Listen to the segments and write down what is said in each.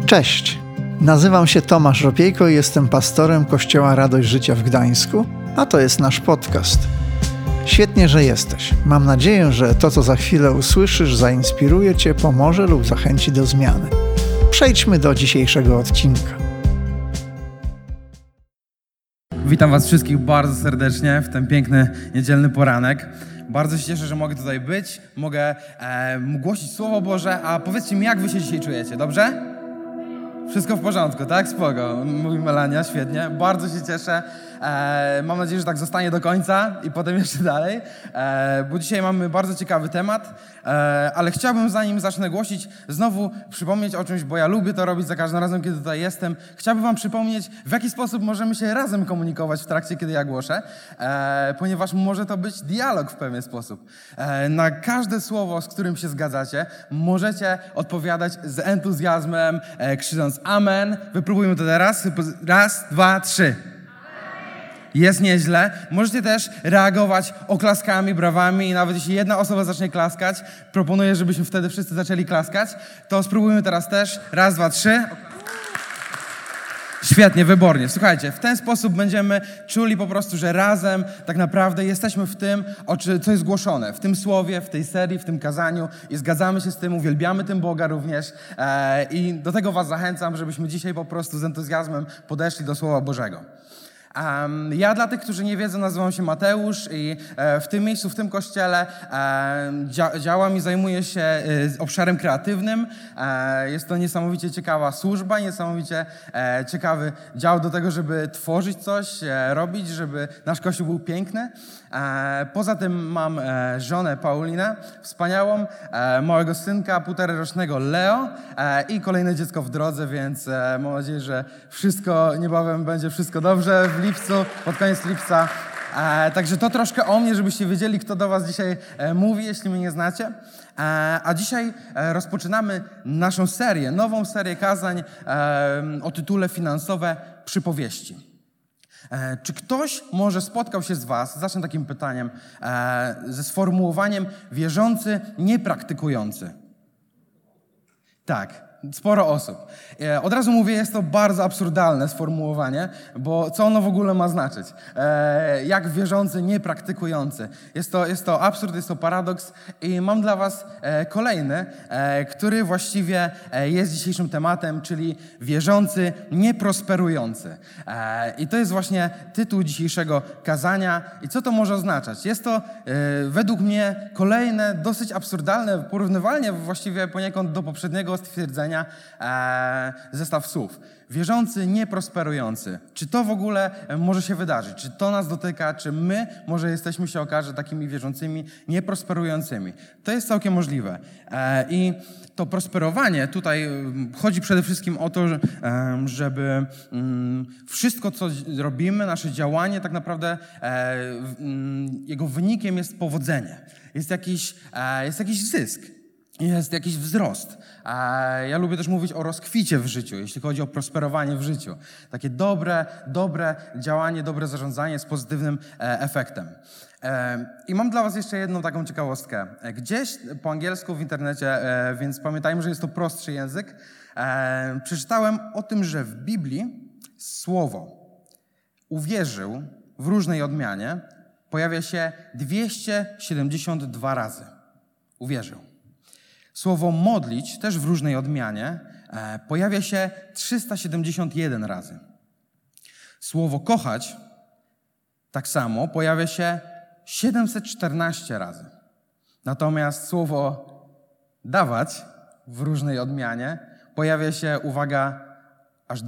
Cześć, nazywam się Tomasz Ropiejko i jestem pastorem Kościoła Radość Życia w Gdańsku, a to jest nasz podcast. Świetnie, że jesteś. Mam nadzieję, że to, co za chwilę usłyszysz, zainspiruje Cię, pomoże lub zachęci do zmiany. Przejdźmy do dzisiejszego odcinka. Witam Was wszystkich bardzo serdecznie w ten piękny niedzielny poranek. Bardzo się cieszę, że mogę tutaj być, mogę głosić Słowo Boże, a powiedzcie mi, jak Wy się dzisiaj czujecie, dobrze? Wszystko w porządku, tak? Spoko. Mówi Melania, świetnie. Bardzo się cieszę. Mam nadzieję, że tak zostanie do końca i potem jeszcze dalej, bo dzisiaj mamy bardzo ciekawy temat, ale chciałbym, zanim zacznę głosić, znowu przypomnieć o czymś, bo ja lubię to robić za każdym razem, kiedy tutaj jestem. Chciałbym Wam przypomnieć, w jaki sposób możemy się razem komunikować w trakcie, kiedy ja głoszę, ponieważ może to być dialog w pewien sposób. Na każde słowo, z którym się zgadzacie, możecie odpowiadać z entuzjazmem, krzycząc amen. Wypróbujmy to teraz. Raz, dwa, trzy. Jest nieźle. Możecie też reagować oklaskami, brawami i nawet jeśli jedna osoba zacznie klaskać, proponuję, żebyśmy wtedy wszyscy zaczęli klaskać. To spróbujmy teraz też. Raz, dwa, trzy. Świetnie, wybornie. Słuchajcie, w ten sposób będziemy czuli po prostu, że razem tak naprawdę jesteśmy w tym, co jest głoszone. W tym słowie, w tej serii, w tym kazaniu i zgadzamy się z tym, uwielbiamy tym Boga również i do tego Was zachęcam, żebyśmy dzisiaj po prostu z entuzjazmem podeszli do Słowa Bożego. Ja dla tych, którzy nie wiedzą, nazywam się Mateusz i w tym miejscu, w tym kościele działam i zajmuję się obszarem kreatywnym. Jest to niesamowicie ciekawa służba, niesamowicie ciekawy dział do tego, żeby tworzyć coś, robić, żeby nasz kościół był piękny. Poza tym mam żonę Paulinę, wspaniałą, małego synka, 1,5-rocznego Leo i kolejne dziecko w drodze, więc mam nadzieję, że wszystko niebawem będzie wszystko dobrze w lipcu, pod koniec lipca. Także to troszkę o mnie, żebyście wiedzieli, kto do Was dzisiaj mówi, jeśli mnie nie znacie. A dzisiaj rozpoczynamy naszą serię, nową serię kazań o tytule Finansowe przypowieści. Czy ktoś może spotkał się z Was, zacznę takim pytaniem, ze sformułowaniem wierzący, niepraktykujący? Tak. Sporo osób. Od razu mówię, jest to bardzo absurdalne sformułowanie, bo co ono w ogóle ma znaczyć? Jak wierzący, niepraktykujący. Jest to absurd, jest to paradoks i mam dla Was kolejny, który właściwie jest dzisiejszym tematem, czyli wierzący, nieprosperujący. I to jest właśnie tytuł dzisiejszego kazania. I co to może oznaczać? Jest to według mnie kolejne, dosyć absurdalne, porównywalnie właściwie poniekąd do poprzedniego stwierdzenia, zestaw słów. Wierzący, nieprosperujący. Czy to w ogóle może się wydarzyć? Czy to nas dotyka? Czy my może jesteśmy, się okaże, takimi wierzącymi, nieprosperującymi? To jest całkiem możliwe. I to prosperowanie tutaj chodzi przede wszystkim o to, żeby wszystko, co robimy, nasze działanie, tak naprawdę jego wynikiem jest powodzenie. Jest jakiś zysk. Jest jakiś wzrost. Ja lubię też mówić o rozkwicie w życiu, jeśli chodzi o prosperowanie w życiu. Takie dobre działanie, dobre zarządzanie z pozytywnym efektem. I mam dla Was jeszcze jedną taką ciekawostkę. Gdzieś po angielsku w internecie, więc pamiętajmy, że jest to prostszy język, przeczytałem o tym, że w Biblii słowo uwierzył w różnej odmianie pojawia się 272 razy. Uwierzył. Słowo modlić, też w różnej odmianie, pojawia się 371 razy. Słowo kochać, tak samo, pojawia się 714 razy. Natomiast słowo dawać w różnej odmianie pojawia się, uwaga, aż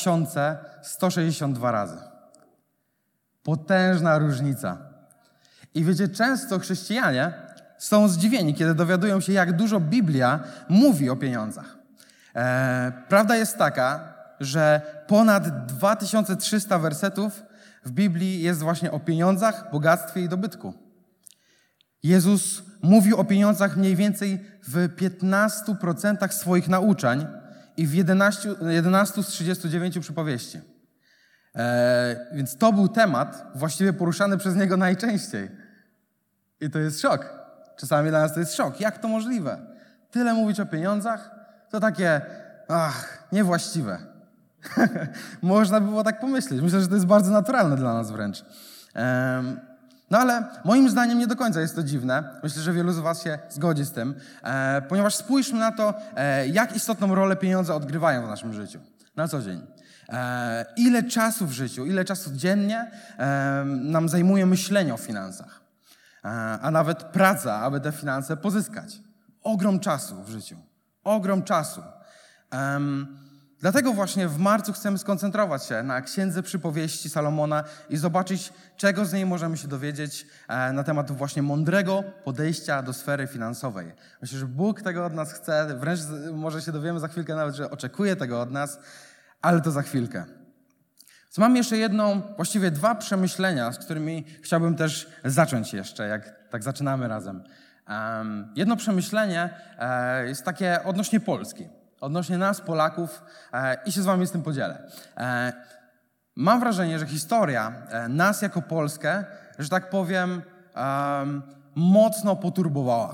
2162 razy. Potężna różnica. I wiecie, często chrześcijanie są zdziwieni, kiedy dowiadują się, jak dużo Biblia mówi o pieniądzach. Prawda jest taka, że ponad 2300 wersetów w Biblii jest właśnie o pieniądzach, bogactwie i dobytku. Jezus mówił o pieniądzach mniej więcej w 15% swoich nauczań i w 11 z 39 przypowieści. Więc to był temat właściwie poruszany przez Niego najczęściej. I to jest szok. Czasami dla nas to jest szok. Jak to możliwe? Tyle mówić o pieniądzach? To takie niewłaściwe. Można by było tak pomyśleć. Myślę, że to jest bardzo naturalne dla nas wręcz. No ale moim zdaniem nie do końca jest to dziwne. Myślę, że wielu z was się zgodzi z tym, ponieważ spójrzmy na to, jak istotną rolę pieniądze odgrywają w naszym życiu na co dzień. Ile czasu w życiu, ile czasu dziennie nam zajmuje myślenie o finansach, a nawet praca, aby te finanse pozyskać. Ogrom czasu w życiu. Ogrom czasu. Dlatego właśnie w marcu chcemy skoncentrować się na Księdze Przypowieści Salomona i zobaczyć, czego z niej możemy się dowiedzieć na temat właśnie mądrego podejścia do sfery finansowej. Myślę, że Bóg tego od nas chce, wręcz może się dowiemy za chwilkę nawet, że oczekuje tego od nas, ale to za chwilkę. So, mam jeszcze właściwie dwa przemyślenia, z którymi chciałbym też zacząć jeszcze, jak tak zaczynamy razem. Jedno przemyślenie jest takie odnośnie Polski. Odnośnie nas, Polaków, i się z wami z tym podzielę. Mam wrażenie, że historia nas jako Polskę, że tak powiem, mocno poturbowała.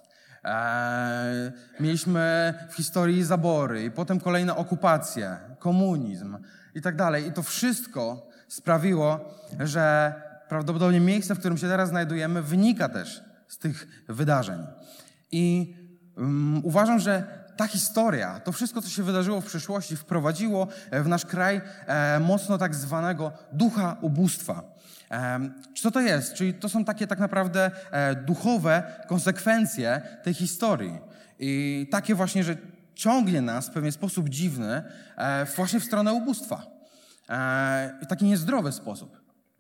Mieliśmy w historii zabory i potem kolejne okupacje, komunizm i tak dalej. I to wszystko sprawiło, że prawdopodobnie miejsce, w którym się teraz znajdujemy, wynika też z tych wydarzeń. I uważam, że ta historia, to wszystko, co się wydarzyło w przyszłości, wprowadziło w nasz kraj mocno tak zwanego ducha ubóstwa. Co to jest? Czyli to są takie tak naprawdę duchowe konsekwencje tej historii. I takie właśnie, że ciągnie nas w pewien sposób dziwny właśnie w stronę ubóstwa. W taki niezdrowy sposób.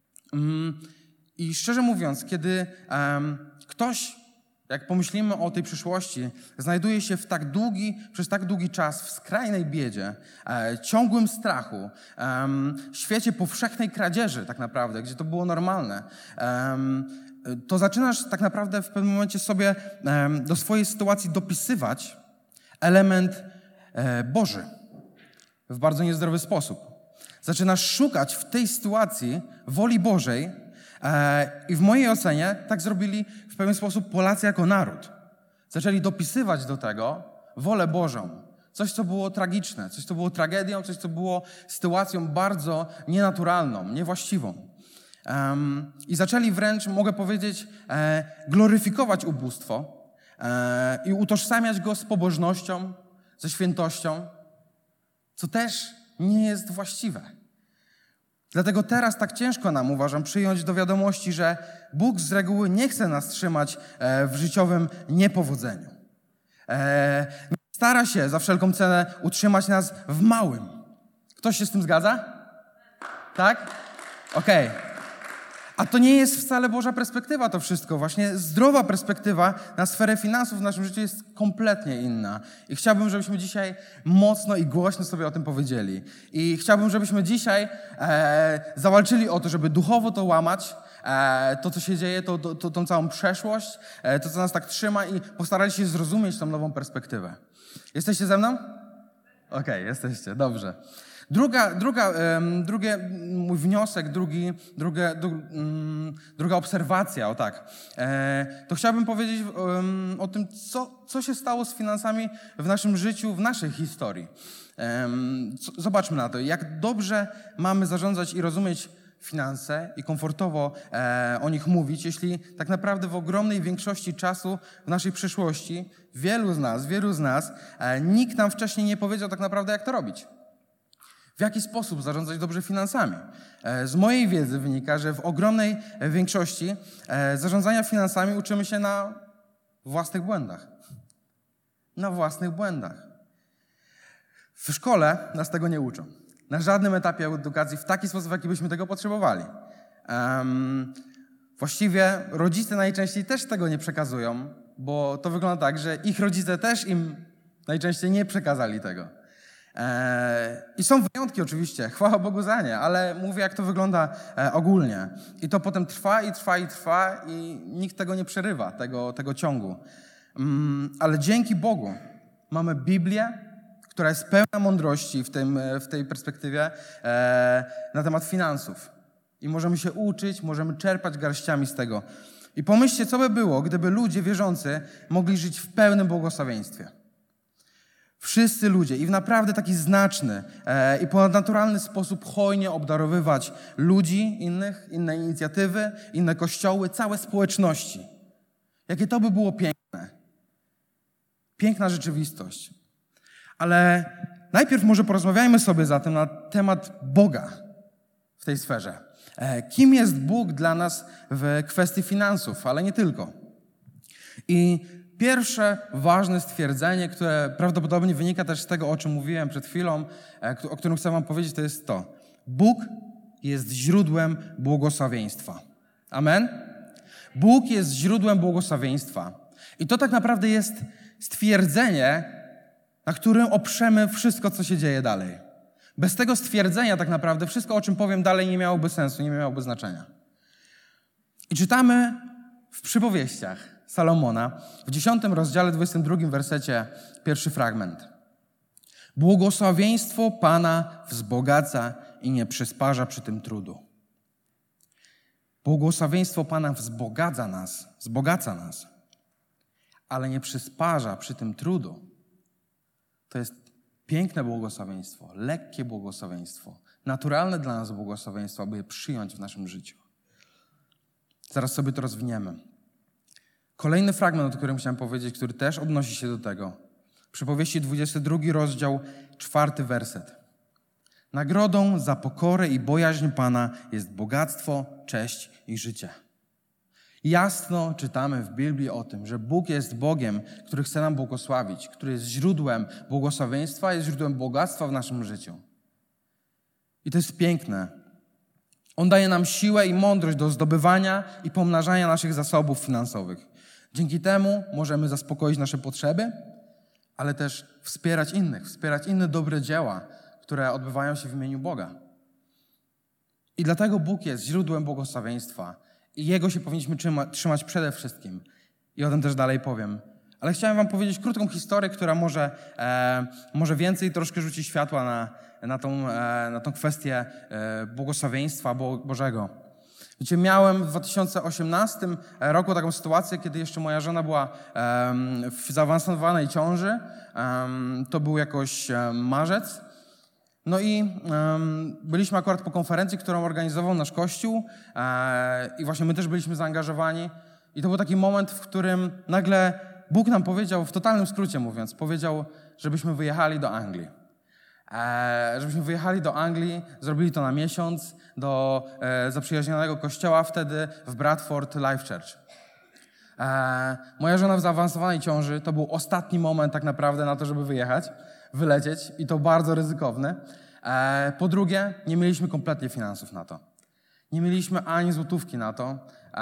I szczerze mówiąc, kiedy ktoś, jak pomyślimy o tej przyszłości, znajduje się przez tak długi czas w skrajnej biedzie, ciągłym strachu, świecie powszechnej kradzieży tak naprawdę, gdzie to było normalne, to zaczynasz tak naprawdę w pewnym momencie sobie do swojej sytuacji dopisywać element Boży w bardzo niezdrowy sposób. Zaczynasz szukać w tej sytuacji woli Bożej, i w mojej ocenie tak zrobili w pewien sposób Polacy jako naród. Zaczęli dopisywać do tego wolę Bożą. Coś, co było tragiczne, coś, co było tragedią, coś, co było sytuacją bardzo nienaturalną, niewłaściwą. I zaczęli wręcz, mogę powiedzieć, gloryfikować ubóstwo i utożsamiać go z pobożnością, ze świętością, co też nie jest właściwe. Dlatego teraz tak ciężko nam, uważam, przyjąć do wiadomości, że Bóg z reguły nie chce nas trzymać w życiowym niepowodzeniu. Nie stara się za wszelką cenę utrzymać nas w małym. Ktoś się z tym zgadza? Tak? Okej. A to nie jest wcale Boża perspektywa to wszystko. Właśnie zdrowa perspektywa na sferę finansów w naszym życiu jest kompletnie inna. I chciałbym, żebyśmy dzisiaj mocno i głośno sobie o tym powiedzieli. I chciałbym, żebyśmy dzisiaj zawalczyli o to, żeby duchowo to łamać, to, co się dzieje, tą całą przeszłość, to, co nas tak trzyma i postarali się zrozumieć tą nową perspektywę. Jesteście ze mną? Okej, jesteście. Dobrze. Drugi mój wniosek, druga obserwacja, to chciałbym powiedzieć o tym, co się stało z finansami w naszym życiu, w naszej historii. Zobaczmy na to, jak dobrze mamy zarządzać i rozumieć finanse i komfortowo o nich mówić, jeśli tak naprawdę w ogromnej większości czasu w naszej przyszłości wielu z nas, nikt nam wcześniej nie powiedział tak naprawdę, jak to robić. W jaki sposób zarządzać dobrze finansami? Z mojej wiedzy wynika, że w ogromnej większości zarządzania finansami uczymy się na własnych błędach. Na własnych błędach. W szkole nas tego nie uczą. Na żadnym etapie edukacji w taki sposób, jaki byśmy tego potrzebowali. Właściwie rodzice najczęściej też tego nie przekazują, bo to wygląda tak, że ich rodzice też im najczęściej nie przekazali tego. I są wyjątki oczywiście, chwała Bogu za nie, ale mówię, jak to wygląda ogólnie. I to potem trwa i nikt tego nie przerywa, tego ciągu. Ale dzięki Bogu mamy Biblię, która jest pełna mądrości w tej perspektywie na temat finansów. I możemy się uczyć, możemy czerpać garściami z tego. I pomyślcie, co by było, gdyby ludzie wierzący mogli żyć w pełnym błogosławieństwie. Wszyscy ludzie i w naprawdę taki znaczny i ponadnaturalny sposób hojnie obdarowywać ludzi innych, inne inicjatywy, inne kościoły, całe społeczności. Jakie to by było piękne. Piękna rzeczywistość. Ale najpierw może porozmawiajmy sobie zatem na temat Boga w tej sferze. Kim jest Bóg dla nas w kwestii finansów, ale nie tylko. I pierwsze ważne stwierdzenie, które prawdopodobnie wynika też z tego, o czym mówiłem przed chwilą, o którym chcę wam powiedzieć, to jest to. Bóg jest źródłem błogosławieństwa. Amen? Bóg jest źródłem błogosławieństwa. I to tak naprawdę jest stwierdzenie, na którym oprzemy wszystko, co się dzieje dalej. Bez tego stwierdzenia tak naprawdę wszystko, o czym powiem dalej, nie miałoby sensu, nie miałoby znaczenia. I czytamy w przypowieściach Salomona w 10 rozdziale, 22 wersecie, pierwszy fragment. Błogosławieństwo Pana wzbogaca i nie przysparza przy tym trudu. Błogosławieństwo Pana wzbogaca nas, ale nie przysparza przy tym trudu. To jest piękne błogosławieństwo, lekkie błogosławieństwo, naturalne dla nas błogosławieństwo, aby je przyjąć w naszym życiu. Zaraz sobie to rozwiniemy. Kolejny fragment, o którym chciałem powiedzieć, który też odnosi się do tego. Przypowieści 22 rozdział, 4 werset. Nagrodą za pokorę i bojaźń Pana jest bogactwo, cześć i życie. Jasno czytamy w Biblii o tym, że Bóg jest Bogiem, który chce nam błogosławić, który jest źródłem błogosławieństwa, jest źródłem bogactwa w naszym życiu. I to jest piękne. On daje nam siłę i mądrość do zdobywania i pomnażania naszych zasobów finansowych. Dzięki temu możemy zaspokoić nasze potrzeby, ale też wspierać inne dobre dzieła, które odbywają się w imieniu Boga. I dlatego Bóg jest źródłem błogosławieństwa. I Jego się powinniśmy trzymać przede wszystkim. I o tym też dalej powiem. Ale chciałem wam powiedzieć krótką historię, która może więcej troszkę rzuci światła na tą kwestię błogosławieństwa Bożego. Wiecie, miałem w 2018 roku taką sytuację, kiedy jeszcze moja żona była w zaawansowanej ciąży. To był jakoś marzec. No i byliśmy akurat po konferencji, którą organizował nasz Kościół i właśnie my też byliśmy zaangażowani. I to był taki moment, w którym nagle Bóg nam powiedział, w totalnym skrócie mówiąc, powiedział, żebyśmy wyjechali do Anglii. Zrobili to na miesiąc do zaprzyjaźnionego kościoła wtedy w Bradford Life Church. Moja żona w zaawansowanej ciąży, to był ostatni moment tak naprawdę na to, żeby wylecieć i to bardzo ryzykowne. Po drugie, nie mieliśmy kompletnie finansów na to. Nie mieliśmy ani złotówki na to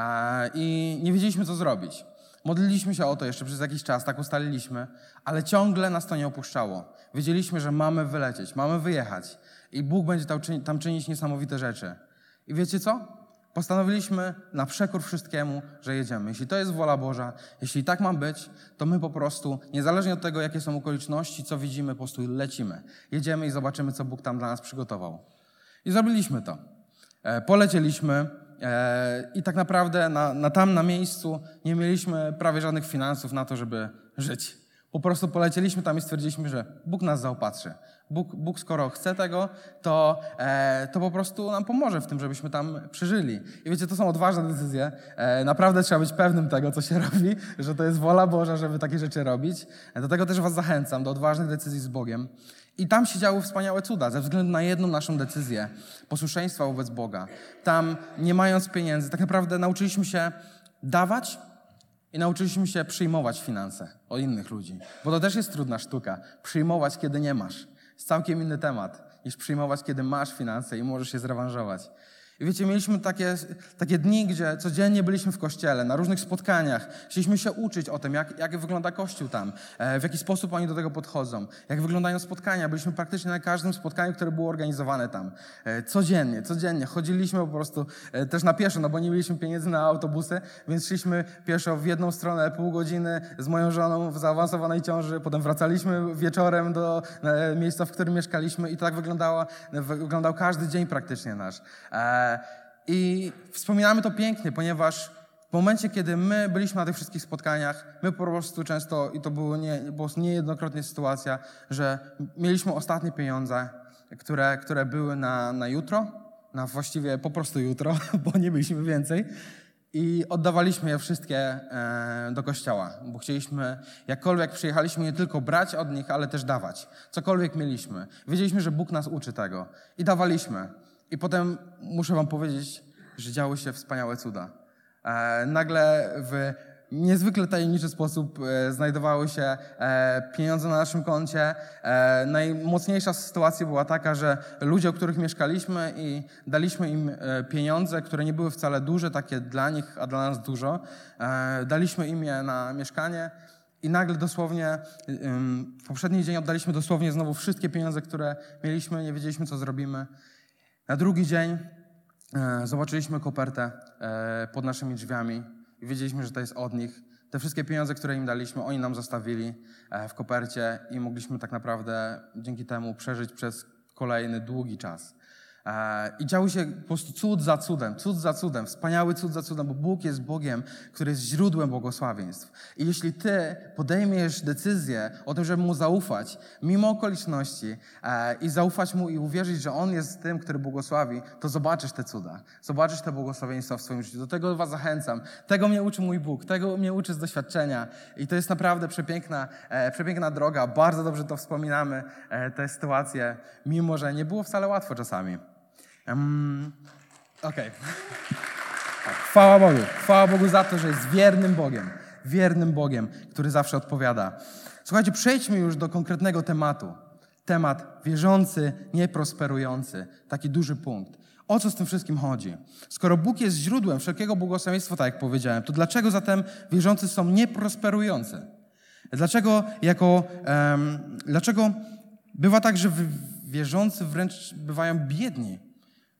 i nie wiedzieliśmy, co zrobić. Modliliśmy się o to jeszcze przez jakiś czas, tak ustaliliśmy, ale ciągle nas to nie opuszczało. Wiedzieliśmy, że mamy wylecieć, mamy wyjechać i Bóg będzie tam czynić niesamowite rzeczy. I wiecie co? Postanowiliśmy na przekór wszystkiemu, że jedziemy. Jeśli to jest wola Boża, jeśli tak ma być, to my po prostu, niezależnie od tego, jakie są okoliczności, co widzimy, po prostu lecimy. Jedziemy i zobaczymy, co Bóg tam dla nas przygotował. I zrobiliśmy to. Polecieliśmy i tak naprawdę tam na miejscu nie mieliśmy prawie żadnych finansów na to, żeby żyć. Po prostu polecieliśmy tam i stwierdziliśmy, że Bóg nas zaopatrzy. Bóg skoro chce tego, to po prostu nam pomoże w tym, żebyśmy tam przeżyli. I wiecie, to są odważne decyzje. Naprawdę trzeba być pewnym tego, co się robi, że to jest wola Boża, żeby takie rzeczy robić. Do tego też was zachęcam, do odważnych decyzji z Bogiem. I tam się działy wspaniałe cuda, ze względu na jedną naszą decyzję, posłuszeństwa wobec Boga. Tam, nie mając pieniędzy, tak naprawdę nauczyliśmy się dawać i nauczyliśmy się przyjmować finanse od innych ludzi. Bo to też jest trudna sztuka. Przyjmować, kiedy nie masz. Jest całkiem inny temat, niż przyjmować, kiedy masz finanse i możesz się zrewanżować. I wiecie, mieliśmy takie dni, gdzie codziennie byliśmy w kościele, na różnych spotkaniach. Chcieliśmy się uczyć o tym, jak wygląda kościół tam, w jaki sposób oni do tego podchodzą, jak wyglądają spotkania. Byliśmy praktycznie na każdym spotkaniu, które było organizowane tam. Codziennie. Chodziliśmy po prostu też na pieszo, no bo nie mieliśmy pieniędzy na autobusy, więc szliśmy pieszo w jedną stronę pół godziny z moją żoną w zaawansowanej ciąży, potem wracaliśmy wieczorem do miejsca, w którym mieszkaliśmy i to tak wyglądał każdy dzień praktycznie nasz. I wspominamy to pięknie, ponieważ W momencie, kiedy my byliśmy na tych wszystkich spotkaniach, my po prostu często, i to było niejednokrotnie sytuacja, że mieliśmy ostatnie pieniądze, które były na jutro, na właściwie po prostu jutro, bo nie mieliśmy więcej. I oddawaliśmy je wszystkie do kościoła, bo chcieliśmy, jakkolwiek przyjechaliśmy, nie tylko brać od nich, ale też dawać. Cokolwiek mieliśmy. Wiedzieliśmy, że Bóg nas uczy tego. I dawaliśmy. I potem muszę wam powiedzieć, że działy się wspaniałe cuda. Nagle w niezwykle tajemniczy sposób znajdowały się pieniądze na naszym koncie. Najmocniejsza sytuacja była taka, że ludzie, o których mieszkaliśmy i daliśmy im pieniądze, które nie były wcale duże, takie dla nich, a dla nas dużo. Daliśmy im je na mieszkanie i nagle dosłownie w poprzedni dzień oddaliśmy dosłownie znowu wszystkie pieniądze, które mieliśmy, nie wiedzieliśmy, co zrobimy. Na drugi dzień zobaczyliśmy kopertę pod naszymi drzwiami i wiedzieliśmy, że to jest od nich. Te wszystkie pieniądze, które im daliśmy, oni nam zostawili w kopercie i mogliśmy tak naprawdę dzięki temu przeżyć przez kolejny długi czas. I działy się po prostu cud za cudem, wspaniały cud za cudem, bo Bóg jest Bogiem, który jest źródłem błogosławieństw. I jeśli ty podejmiesz decyzję o tym, żeby Mu zaufać, mimo okoliczności i zaufać Mu i uwierzyć, że On jest tym, który błogosławi, to zobaczysz te cuda, zobaczysz te błogosławieństwa w swoim życiu. Do tego was zachęcam. Tego mnie uczy mój Bóg, tego mnie uczy z doświadczenia i to jest naprawdę przepiękna droga. Bardzo dobrze to wspominamy, te sytuacje, mimo że nie było wcale łatwo czasami. Okej. Tak, chwała Bogu za to, że jest wiernym Bogiem, który zawsze odpowiada. Słuchajcie, przejdźmy już do konkretnego tematu. Temat wierzący, nieprosperujący. Taki duży punkt. O co z tym wszystkim chodzi? Skoro Bóg jest źródłem wszelkiego błogosławieństwa, tak jak powiedziałem, to dlaczego zatem wierzący są nieprosperujący? Dlaczego bywa tak, że wierzący wręcz bywają biedni?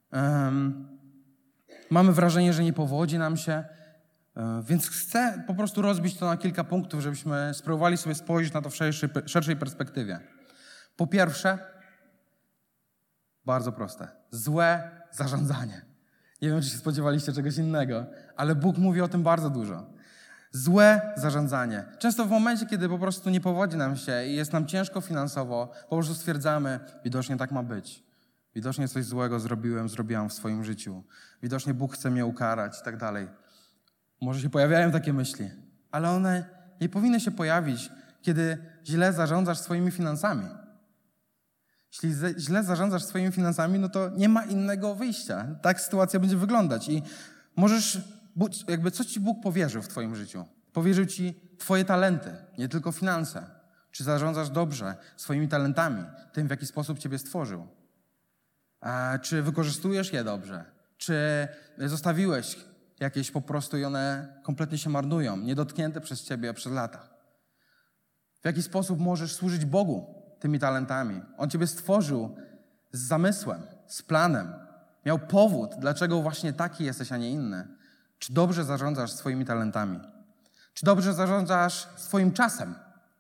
Mamy wrażenie, że nie powodzi nam się, więc chcę po prostu rozbić to na kilka punktów, żebyśmy spróbowali sobie spojrzeć na to w szerszej perspektywie. Po pierwsze, bardzo proste, złe zarządzanie. Nie wiem, czy się spodziewaliście czegoś innego, ale Bóg mówi o tym bardzo dużo. Złe zarządzanie. Często w momencie, kiedy po prostu nie powodzi nam się i jest nam ciężko finansowo, po prostu stwierdzamy, widocznie tak ma być. Widocznie coś złego zrobiłam w swoim życiu. Widocznie Bóg chce mnie ukarać i tak dalej. Może się pojawiają takie myśli, ale one nie powinny się pojawić, kiedy źle zarządzasz swoimi finansami. Jeśli źle zarządzasz swoimi finansami, no to nie ma innego wyjścia. Tak sytuacja będzie wyglądać i coś ci Bóg powierzył w twoim życiu. Powierzył ci twoje talenty, nie tylko finanse. Czy zarządzasz dobrze swoimi talentami, tym w jaki sposób ciebie stworzył? Czy wykorzystujesz je dobrze? Czy zostawiłeś jakieś po prostu i one kompletnie się marnują, niedotknięte przez ciebie przez lata? W jaki sposób możesz służyć Bogu tymi talentami? On ciebie stworzył z zamysłem, z planem. Miał powód, dlaczego właśnie taki jesteś, a nie inny. Czy dobrze zarządzasz swoimi talentami? Czy dobrze zarządzasz swoim czasem?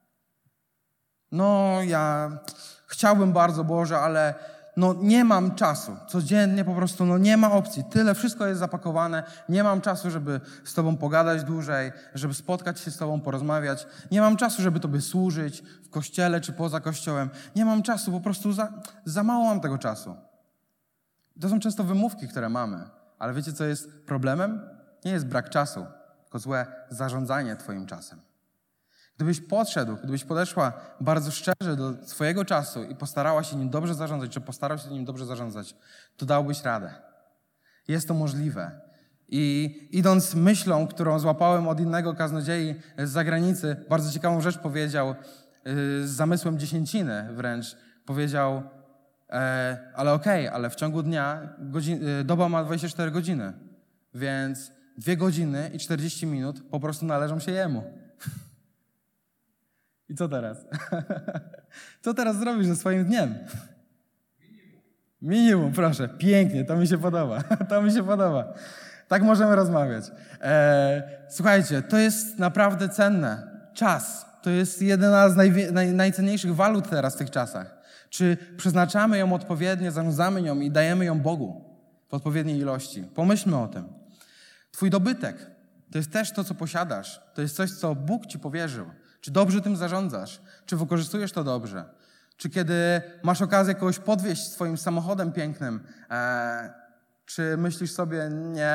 Ja chciałbym bardzo, Boże, ale nie mam czasu. Codziennie po prostu nie ma opcji. Tyle, wszystko jest zapakowane. Nie mam czasu, żeby z Tobą pogadać dłużej, żeby spotkać się z Tobą, porozmawiać. Nie mam czasu, żeby Tobie służyć w kościele czy poza kościołem. Nie mam czasu, po prostu za mało mam tego czasu. To są często wymówki, które mamy. Ale wiecie, co jest problemem? Nie jest brak czasu, tylko złe zarządzanie Twoim czasem. Gdybyś podeszła bardzo szczerze do swojego czasu i postarała się nim dobrze zarządzać, czy postarał się nim dobrze zarządzać, to dałbyś radę. Jest to możliwe. I idąc myślą, którą złapałem od innego kaznodziei z zagranicy, bardzo ciekawą rzecz powiedział, z zamysłem dziesięciny wręcz, powiedział, ale w ciągu dnia doba ma 24 godziny, więc 2 godziny i 40 minut po prostu należą się Jemu. I co teraz? Co teraz zrobisz ze swoim dniem? Minimum, proszę. Pięknie, to mi się podoba. To mi się podoba. Tak możemy rozmawiać. Słuchajcie, to jest naprawdę cenne. Czas. To jest jedna z najcenniejszych walut teraz w tych czasach. Czy przeznaczamy ją odpowiednio, zarządzamy nią i dajemy ją Bogu w odpowiedniej ilości? Pomyślmy o tym. Twój dobytek. To jest też to, co posiadasz. To jest coś, co Bóg ci powierzył. Czy dobrze tym zarządzasz? Czy wykorzystujesz to dobrze? Czy kiedy masz okazję kogoś podwieźć swoim samochodem pięknym, czy myślisz sobie,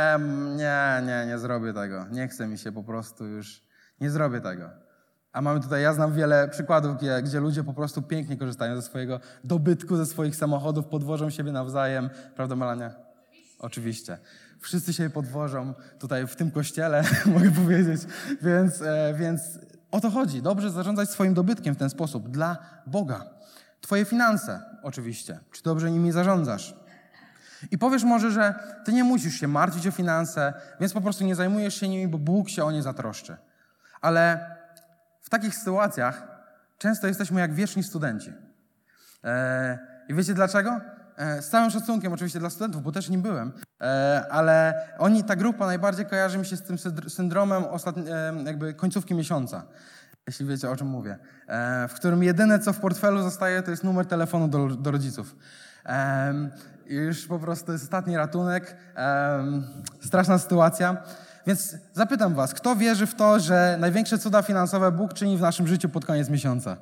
nie zrobię tego. Nie chce mi się po prostu już, nie zrobię tego. A mamy tutaj, ja znam wiele przykładów, gdzie ludzie po prostu pięknie korzystają ze swojego dobytku, ze swoich samochodów, podwożą siebie nawzajem. Prawda, Melania? Oczywiście. Wszyscy siebie podwożą tutaj w tym kościele, mogę powiedzieć. Więc o to chodzi. Dobrze zarządzać swoim dobytkiem w ten sposób, dla Boga. Twoje finanse, oczywiście. Czy dobrze nimi zarządzasz? I powiesz może, że ty nie musisz się martwić o finanse, więc po prostu nie zajmujesz się nimi, bo Bóg się o nie zatroszczy. Ale w takich sytuacjach często jesteśmy jak wieczni studenci. I wiecie dlaczego? Z całym szacunkiem oczywiście dla studentów, bo też nim byłem, ale ta grupa najbardziej kojarzy mi się z tym syndromem jakby końcówki miesiąca, jeśli wiecie, o czym mówię, w którym jedyne, co w portfelu zostaje, to jest numer telefonu do rodziców. I już po prostu jest ostatni ratunek, straszna sytuacja. Więc zapytam was, kto wierzy w to, że największe cuda finansowe Bóg czyni w naszym życiu pod koniec miesiąca?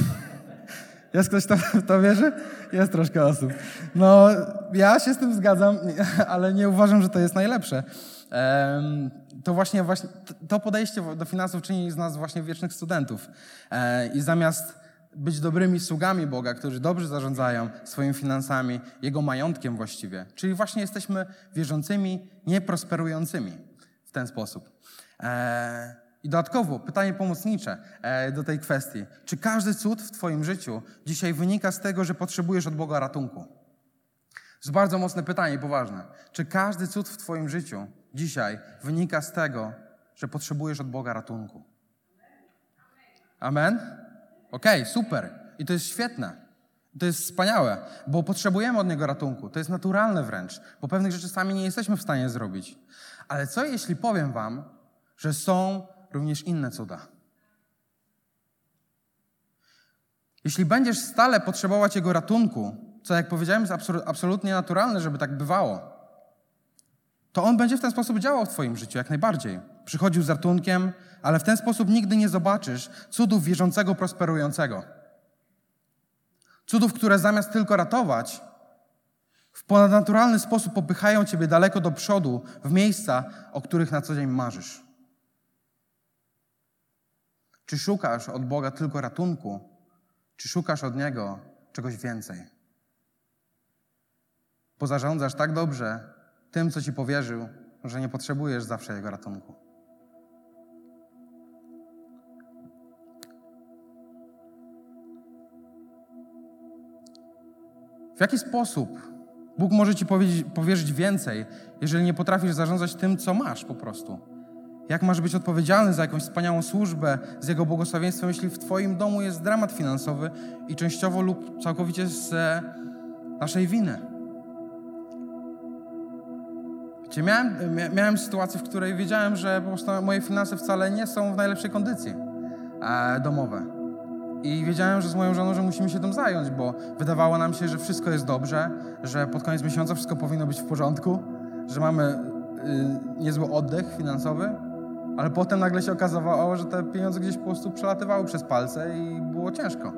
Jest ktoś, kto w to wierzy? Jest troszkę osób. No, ja się z tym zgadzam, ale nie uważam, że to jest najlepsze. To właśnie to podejście do finansów czyni z nas właśnie wiecznych studentów. I zamiast być dobrymi sługami Boga, którzy dobrze zarządzają swoimi finansami, Jego majątkiem właściwie, czyli właśnie jesteśmy wierzącymi, nieprosperującymi w ten sposób. I dodatkowo pytanie pomocnicze do tej kwestii. Czy każdy cud w twoim życiu dzisiaj wynika z tego, że potrzebujesz od Boga ratunku? To jest bardzo mocne pytanie i poważne. Czy każdy cud w twoim życiu dzisiaj wynika z tego, że potrzebujesz od Boga ratunku? Amen? Okej, super. I to jest świetne. To jest wspaniałe, bo potrzebujemy od Niego ratunku. To jest naturalne wręcz, bo pewnych rzeczy sami nie jesteśmy w stanie zrobić. Ale co jeśli powiem wam, że są również inne cuda? Jeśli będziesz stale potrzebować Jego ratunku, co jak powiedziałem jest absolutnie naturalne, żeby tak bywało, to On będzie w ten sposób działał w twoim życiu jak najbardziej. Przychodził z ratunkiem, ale w ten sposób nigdy nie zobaczysz cudów wierzącego, prosperującego. Cudów, które zamiast tylko ratować, w ponadnaturalny sposób popychają ciebie daleko do przodu, w miejsca, o których na co dzień marzysz. Czy szukasz od Boga tylko ratunku, czy szukasz od Niego czegoś więcej? Bo zarządzasz tak dobrze tym, co ci powierzył, że nie potrzebujesz zawsze Jego ratunku. W jaki sposób Bóg może ci powierzyć więcej, jeżeli nie potrafisz zarządzać tym, co masz po prostu? Jak masz być odpowiedzialny za jakąś wspaniałą służbę z Jego błogosławieństwem, jeśli w twoim domu jest dramat finansowy i częściowo lub całkowicie z naszej winy? Wiecie, miałem sytuację, w której wiedziałem, że po prostu moje finanse wcale nie są w najlepszej kondycji domowe. I wiedziałem, że z moją żoną, że musimy się tym zająć, bo wydawało nam się, że wszystko jest dobrze, że pod koniec miesiąca wszystko powinno być w porządku, że mamy niezły oddech finansowy, ale potem nagle się okazało, że te pieniądze gdzieś po prostu przelatywały przez palce i było ciężko.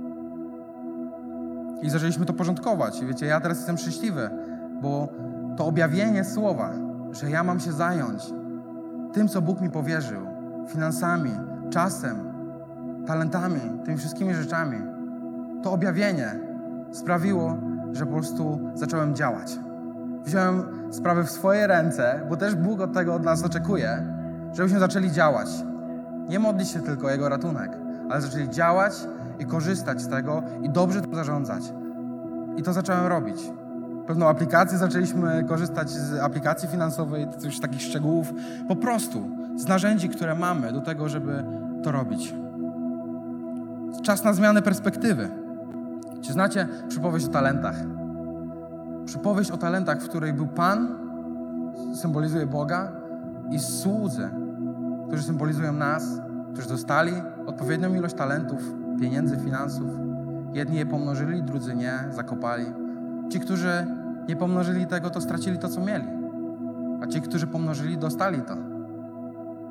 I zaczęliśmy to porządkować. I wiecie, ja teraz jestem szczęśliwy, bo to objawienie słowa, że ja mam się zająć tym, co Bóg mi powierzył, finansami, czasem, talentami, tymi wszystkimi rzeczami, to objawienie sprawiło, że po prostu zacząłem działać. Wziąłem sprawę w swoje ręce, bo też Bóg od tego od nas oczekuje, żebyśmy zaczęli działać. Nie modlić się tylko o Jego ratunek, ale zaczęli działać i korzystać z tego i dobrze tym zarządzać. I to zacząłem robić. Pewną aplikację zaczęliśmy korzystać z aplikacji finansowej, już takich szczegółów, po prostu z narzędzi, które mamy do tego, żeby to robić. Czas na zmianę perspektywy. Czy znacie przypowieść o talentach? Przypowieść o talentach, w której był Pan, symbolizuje Boga, i słudzy, którzy symbolizują nas, którzy dostali odpowiednią ilość talentów, pieniędzy, finansów. Jedni je pomnożyli, drudzy nie, zakopali. Ci, którzy nie pomnożyli tego, to stracili to, co mieli. A ci, którzy pomnożyli, dostali to.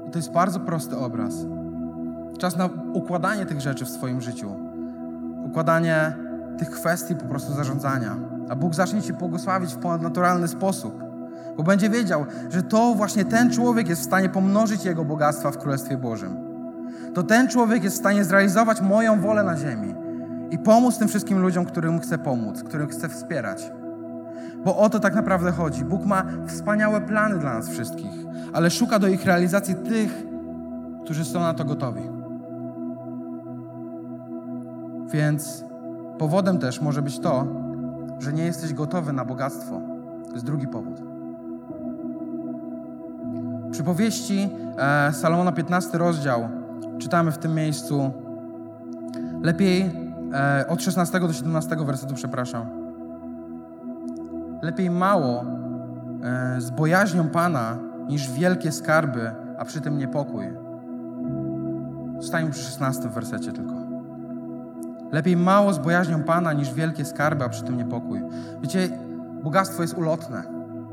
To jest bardzo prosty obraz. Czas na układanie tych rzeczy w swoim życiu. Układanie tych kwestii po prostu zarządzania. A Bóg zacznie Cię błogosławić w ponadnaturalny sposób. Bo będzie wiedział, że to właśnie ten człowiek jest w stanie pomnożyć jego bogactwa w Królestwie Bożym. To ten człowiek jest w stanie zrealizować moją wolę na ziemi i pomóc tym wszystkim ludziom, którym chcę pomóc, którym chcę wspierać. Bo o to tak naprawdę chodzi. Bóg ma wspaniałe plany dla nas wszystkich, ale szuka do ich realizacji tych, którzy są na to gotowi. Więc powodem też może być to, że nie jesteś gotowy na bogactwo. To jest drugi powód. W przypowieści Salomona 15 rozdział czytamy w tym miejscu lepiej od 16 do 17 wersetu, lepiej mało z bojaźnią Pana niż wielkie skarby, a przy tym niepokój. Zostańmy przy 16 wersecie tylko. Lepiej mało z bojaźnią Pana niż wielkie skarby, a przy tym niepokój. Wiecie, bogactwo jest ulotne.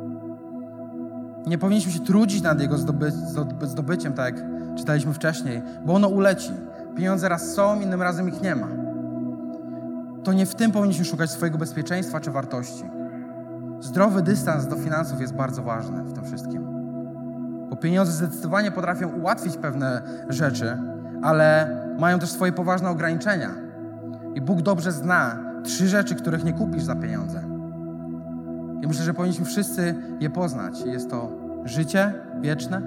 Nie powinniśmy się trudzić nad jego zdobyciem, tak jak czytaliśmy wcześniej, bo ono uleci. Pieniądze raz są, innym razem ich nie ma. To nie w tym powinniśmy szukać swojego bezpieczeństwa czy wartości. Zdrowy dystans do finansów jest bardzo ważny w tym wszystkim. Bo pieniądze zdecydowanie potrafią ułatwić pewne rzeczy, ale mają też swoje poważne ograniczenia. I Bóg dobrze zna 3 rzeczy, których nie kupisz za pieniądze. I myślę, że powinniśmy wszyscy je poznać. Jest to życie wieczne,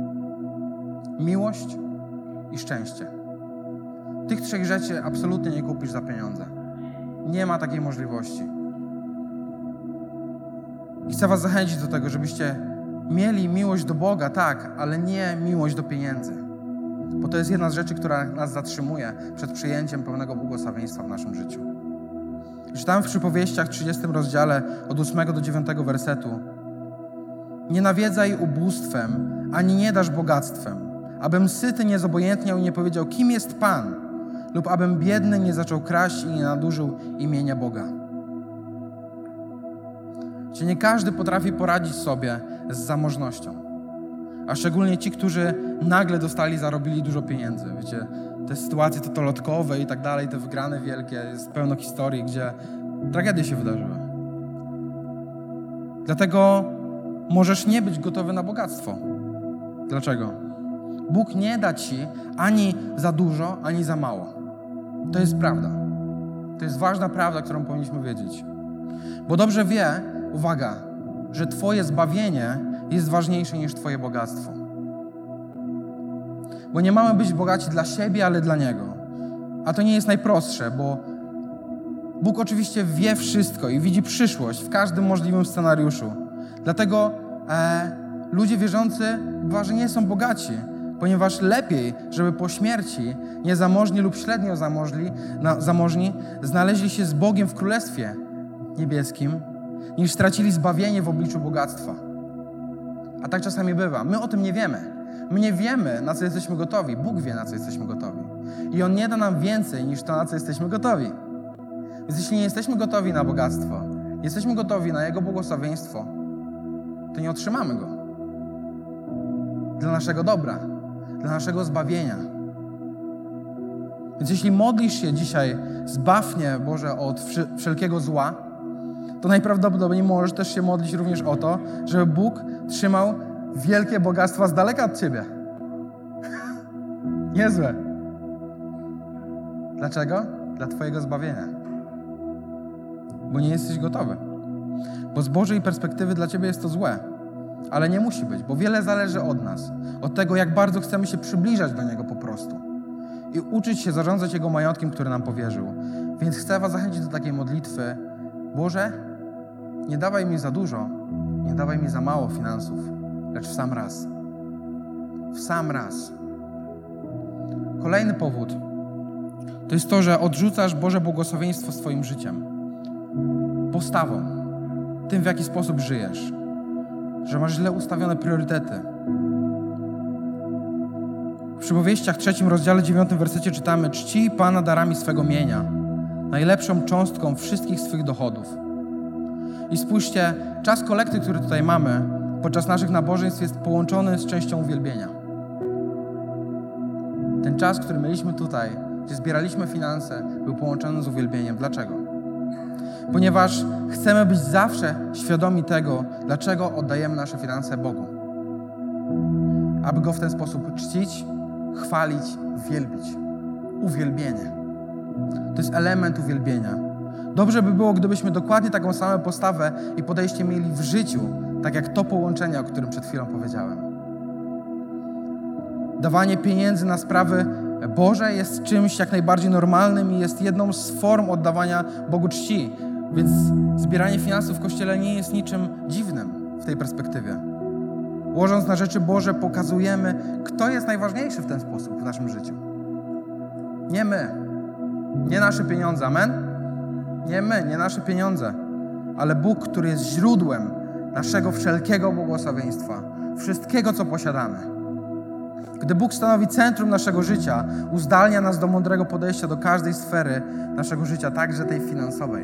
miłość i szczęście. Tych 3 rzeczy absolutnie nie kupisz za pieniądze. Nie ma takiej możliwości. I chcę was zachęcić do tego, żebyście mieli miłość do Boga, tak, ale nie miłość do pieniędzy. Bo to jest jedna z rzeczy, która nas zatrzymuje przed przyjęciem pełnego błogosławieństwa w naszym życiu. Czytamy w Przypowieściach 30 rozdziale od 8 do 9 wersetu. Nie nawiedzaj ubóstwem, ani nie dasz bogactwem, abym syty nie zobojętniał i nie powiedział, kim jest Pan, lub abym biedny nie zaczął kraść i nie nadużył imienia Boga. Wiecie, nie każdy potrafi poradzić sobie z zamożnością, a szczególnie ci, którzy nagle zarobili dużo pieniędzy. Wiecie, te sytuacje totolotkowe i tak dalej, te wygrane wielkie, jest pełno historii, gdzie tragedie się wydarzyły. Dlatego możesz nie być gotowy na bogactwo. Dlaczego? Bóg nie da ci ani za dużo, ani za mało. To jest prawda. To jest ważna prawda, którą powinniśmy wiedzieć. Bo dobrze wie, uwaga, że twoje zbawienie jest ważniejsze niż twoje bogactwo. Bo nie mamy być bogaci dla siebie, ale dla Niego. A to nie jest najprostsze, bo Bóg oczywiście wie wszystko i widzi przyszłość w każdym możliwym scenariuszu. Dlatego ludzie wierzący bywa, że nie są bogaci, ponieważ lepiej, żeby po śmierci niezamożni lub średnio zamożni znaleźli się z Bogiem w Królestwie Niebieskim, niż stracili zbawienie w obliczu bogactwa. A tak czasami bywa. My o tym nie wiemy. My nie wiemy, na co jesteśmy gotowi. Bóg wie, na co jesteśmy gotowi. I On nie da nam więcej niż to, na co jesteśmy gotowi. Więc jeśli nie jesteśmy gotowi na bogactwo, nie jesteśmy gotowi na Jego błogosławieństwo, to nie otrzymamy Go. Dla naszego dobra, dla naszego zbawienia. Więc jeśli modlisz się dzisiaj, zbaw mnie, Boże, od wszelkiego zła, to najprawdopodobniej możesz też się modlić również o to, żeby Bóg trzymał wielkie bogactwa z daleka od ciebie. Niezłe. Dlaczego? Dla twojego zbawienia. Bo nie jesteś gotowy. Bo z Bożej perspektywy dla ciebie jest to złe. Ale nie musi być, bo wiele zależy od nas. Od tego, jak bardzo chcemy się przybliżać do Niego po prostu. I uczyć się zarządzać Jego majątkiem, który nam powierzył. Więc chcę was zachęcić do takiej modlitwy. Boże, nie dawaj mi za dużo, nie dawaj mi za mało finansów, lecz w sam raz. W sam raz. Kolejny powód to jest to, że odrzucasz Boże błogosławieństwo swoim życiem. Postawą. Tym, w jaki sposób żyjesz. Że masz źle ustawione priorytety. W Przypowieściach 3 rozdziale 9 wersecie czytamy: czcij Pana darami swego mienia, najlepszą cząstką wszystkich swych dochodów. I spójrzcie, czas kolekty, który tutaj mamy, podczas naszych nabożeństw jest połączony z częścią uwielbienia. ten czas, który mieliśmy tutaj, gdzie zbieraliśmy finanse, był połączony z uwielbieniem. Dlaczego? Ponieważ chcemy być zawsze świadomi tego, dlaczego oddajemy nasze finanse Bogu. Aby Go w ten sposób czcić, chwalić, wielbić. Uwielbienie. To jest element uwielbienia. Dobrze by było, gdybyśmy dokładnie taką samą postawę i podejście mieli w życiu, tak jak to połączenie, o którym przed chwilą powiedziałem. Dawanie pieniędzy na sprawy Boże jest czymś jak najbardziej normalnym i jest jedną z form oddawania Bogu czci. Więc zbieranie finansów w Kościele nie jest niczym dziwnym w tej perspektywie. Łożąc na rzeczy Boże, pokazujemy, kto jest najważniejszy w ten sposób w naszym życiu. Nie my. Nie nasze pieniądze. Amen? Nie my, nie nasze pieniądze. Ale Bóg, który jest źródłem naszego wszelkiego błogosławieństwa. Wszystkiego, co posiadamy. Gdy Bóg stanowi centrum naszego życia, uzdalnia nas do mądrego podejścia do każdej sfery naszego życia, także tej finansowej.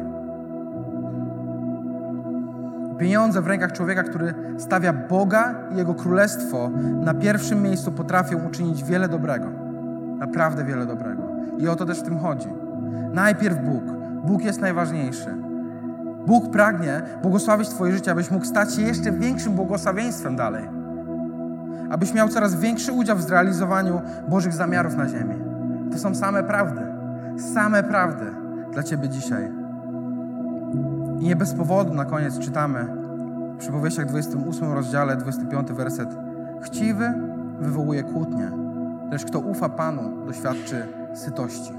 Pieniądze w rękach człowieka, który stawia Boga i Jego Królestwo na pierwszym miejscu, potrafią uczynić wiele dobrego. Naprawdę wiele dobrego. I o to też w tym chodzi. Najpierw Bóg. Bóg jest najważniejszy. Bóg pragnie błogosławić Twoje życie, abyś mógł stać się jeszcze większym błogosławieństwem dalej. Abyś miał coraz większy udział w zrealizowaniu Bożych zamiarów na ziemi. To są same prawdy. Same prawdy dla Ciebie dzisiaj. I nie bez powodu na koniec czytamy w Przypowieściach 28 rozdziale, 25 werset. Chciwy wywołuje kłótnię, lecz kto ufa Panu, doświadczy sytości.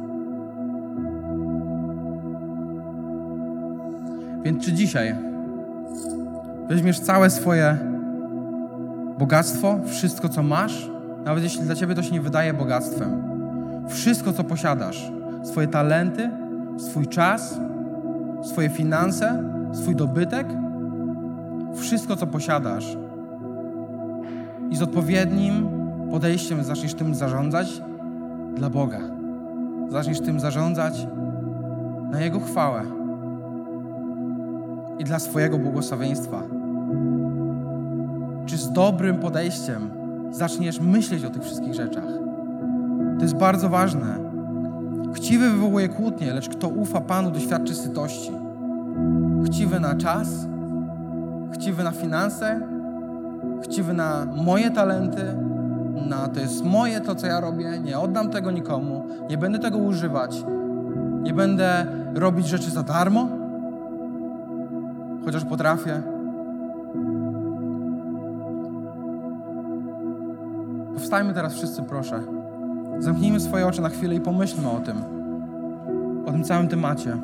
Więc czy dzisiaj weźmiesz całe swoje bogactwo, wszystko co masz, nawet jeśli dla Ciebie to się nie wydaje bogactwem, wszystko co posiadasz, swoje talenty, swój czas, swoje finanse, swój dobytek, wszystko co posiadasz i z odpowiednim podejściem zaczniesz tym zarządzać dla Boga. Zaczniesz tym zarządzać na Jego chwałę i dla swojego błogosławieństwa. Czy z dobrym podejściem zaczniesz myśleć o tych wszystkich rzeczach? To jest bardzo ważne. Chciwy wywołuje kłótnię, lecz kto ufa Panu, doświadczy sytości. Chciwy na czas, chciwy na finanse, chciwy na moje talenty, na to jest moje to, co ja robię, nie oddam tego nikomu, nie będę tego używać, nie będę robić rzeczy za darmo, chociaż potrafię. Powstajmy teraz wszyscy, proszę. Zamknijmy swoje oczy na chwilę i pomyślmy o tym całym temacie.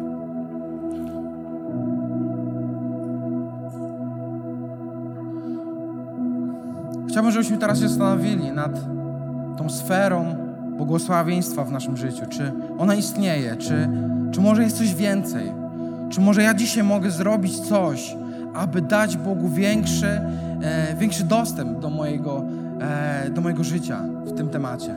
Chciałbym, żebyśmy teraz się zastanowili nad tą sferą błogosławieństwa w naszym życiu. Czy ona istnieje? Czy może jest coś więcej? Czy może ja dzisiaj mogę zrobić coś, aby dać Bogu większy dostęp do mojego życia w tym temacie?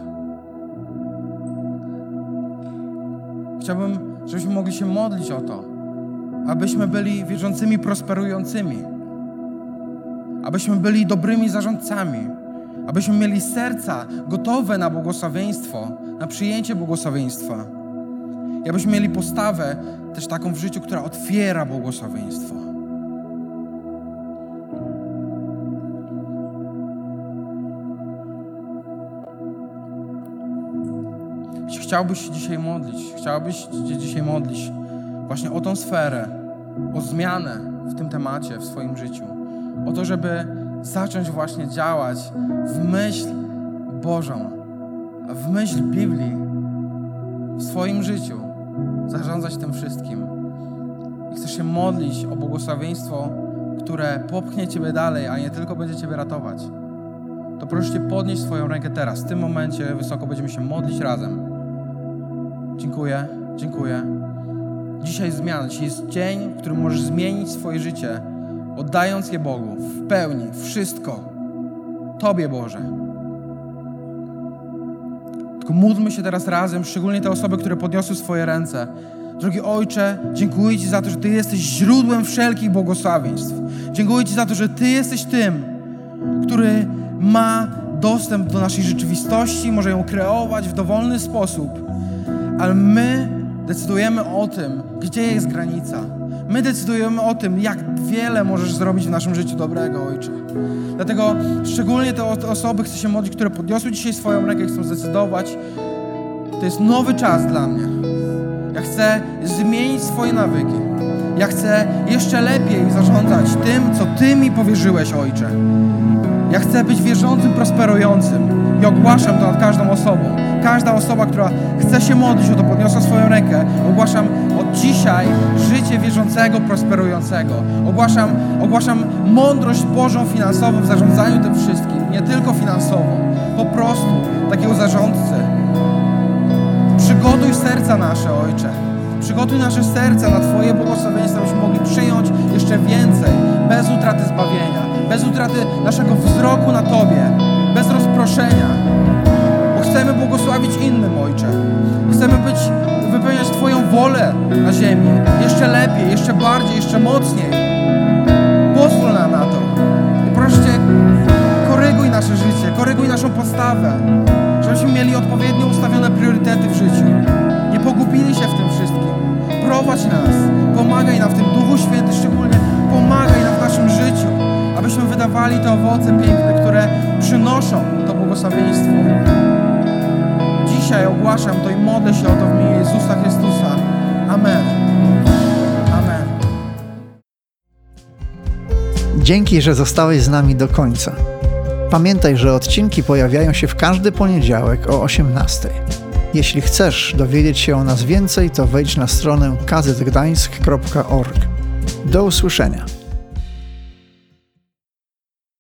Chciałbym, żebyśmy mogli się modlić o to, abyśmy byli wierzącymi, prosperującymi, abyśmy byli dobrymi zarządcami, abyśmy mieli serca gotowe na błogosławieństwo, na przyjęcie błogosławieństwa i abyśmy mieli postawę też taką w życiu, która otwiera błogosławieństwo. Chciałbyś się dzisiaj modlić właśnie o tą sferę, o zmianę w tym temacie, w swoim życiu. O to, żeby zacząć właśnie działać w myśl Bożą, w myśl Biblii, w swoim życiu, zarządzać tym wszystkim. I chcesz się modlić o błogosławieństwo, które popchnie Ciebie dalej, a nie tylko będzie Ciebie ratować. To proszę Cię podnieść swoją rękę teraz. W tym momencie wysoko będziemy się modlić razem. Dziękuję. Dzisiaj zmiana. Dzisiaj jest dzień, w którym możesz zmienić swoje życie, oddając je Bogu w pełni, wszystko Tobie, Boże. Tylko módlmy się teraz razem, szczególnie te osoby, które podniosły swoje ręce. Drogi Ojcze, dziękuję Ci za to, że Ty jesteś źródłem wszelkich błogosławieństw. Dziękuję Ci za to, że Ty jesteś tym, który ma dostęp do naszej rzeczywistości, może ją kreować w dowolny sposób, ale my decydujemy o tym, gdzie jest granica. My decydujemy o tym, jak wiele możesz zrobić w naszym życiu dobrego, Ojcze. Dlatego szczególnie te osoby, chcę się modlić, które podniosły dzisiaj swoją rękę i chcą zdecydować, to jest nowy czas dla mnie. Ja chcę zmienić swoje nawyki. Ja chcę jeszcze lepiej zarządzać tym, co Ty mi powierzyłeś, Ojcze. Ja chcę być wierzącym, prosperującym i ogłaszam to nad każdą osobą. Każda osoba, która chce się modlić o to, podniosła swoją rękę, ogłaszam od dzisiaj życie wierzącego, prosperującego. Ogłaszam mądrość Bożą finansową w zarządzaniu tym wszystkim, nie tylko finansową, po prostu takiego zarządcy. Przygotuj serca nasze, Ojcze. Przygotuj nasze serca na Twoje błogosławieństwo, abyśmy mogli przyjąć jeszcze więcej, bez utraty zbawienia, bez utraty naszego wzroku na Tobie, bez rozproszenia. Bo chcemy błogosławić innym, Ojcze. Chcemy wypełniać Twoją wolę na ziemi. Jeszcze lepiej, jeszcze bardziej, jeszcze mocniej. Pozwól nam na to. I proszę Cię, koryguj nasze życie, koryguj naszą postawę, żebyśmy mieli odpowiednio ustawione priorytety w życiu. Nie pogubili się w tym wszystkim. Prowadź nas, pomagaj nam w tym, Duchu Święty szczególnie, pomagaj nam w naszym życiu, abyśmy wydawali te owoce piękne, które przynoszą to błogosławieństwo. Dzisiaj ogłaszam to i modlę się o to w imieniu Jezusa Chrystusa. Amen. Amen. Dzięki, że zostałeś z nami do końca. Pamiętaj, że odcinki pojawiają się w każdy poniedziałek o 18:00. Jeśli chcesz dowiedzieć się o nas więcej, to wejdź na stronę kazetgdańsk.org. Do usłyszenia.